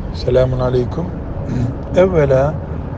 Selamun Aleyküm. Evvela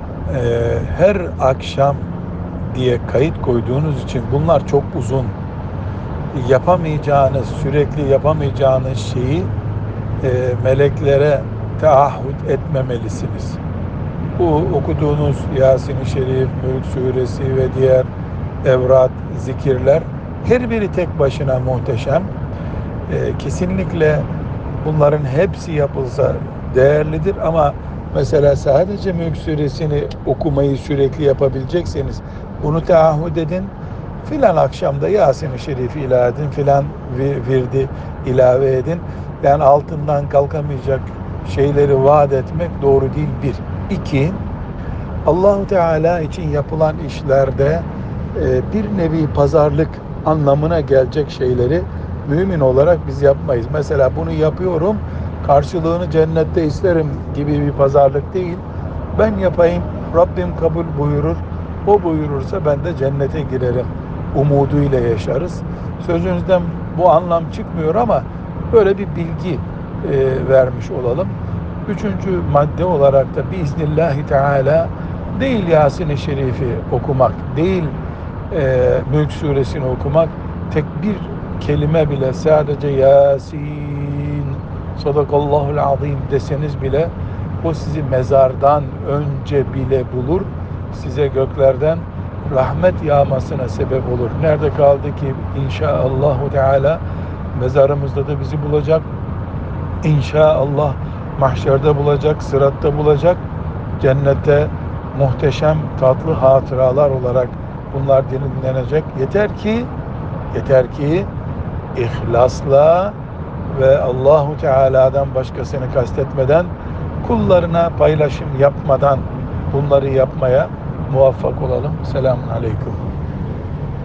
her akşam diye kayıt koyduğunuz için bunlar çok uzun. Yapamayacağınız, sürekli yapamayacağınız şeyi meleklere taahhüt etmemelisiniz. Bu okuduğunuz Yasin-i Şerif, Mülk Suresi ve diğer evrat, zikirler her biri tek başına muhteşem. Kesinlikle bunların hepsi yapılsa değerlidir ama mesela sadece Mülk Suresini okumayı sürekli yapabilecekseniz bunu taahhüt edin. Filan akşamda Yasin-i Şerif'i ilave edin, filan virdi ilave edin. Yani altından kalkamayacak şeyleri vaat etmek doğru değil bir. İki, Allahu Teala için yapılan işlerde bir nevi pazarlık anlamına gelecek şeyleri mümin olarak biz yapmayız. Mesela bunu yapıyorum, karşılığını cennette isterim gibi bir pazarlık değil. Ben yapayım, Rabbim kabul buyurur. O buyurursa ben de cennete girerim umuduyla yaşarız. Sözünüzden bu anlam çıkmıyor ama böyle bir bilgi vermiş olalım. Üçüncü madde olarak da biiznillahü teala değil Yasin-i Şerif'i okumak, değil Mülk Suresini okumak, tek bir kelime bile sadece Yasin sadakallahul azim deseniz bile o sizi mezardan önce bile bulur, size göklerden rahmet yağmasına sebep olur. Nerede kaldı ki inşaallahu teala mezarımızda da bizi bulacak. İnşaallah mahşerde bulacak, sıratta bulacak. Cennette muhteşem tatlı hatıralar olarak bunlar dinlenecek. Yeter ki ihlasla ve Allahu Teala'dan başkasını kastetmeden, kullarına paylaşım yapmadan bunları yapmaya muvaffak olalım. Selamun Aleyküm.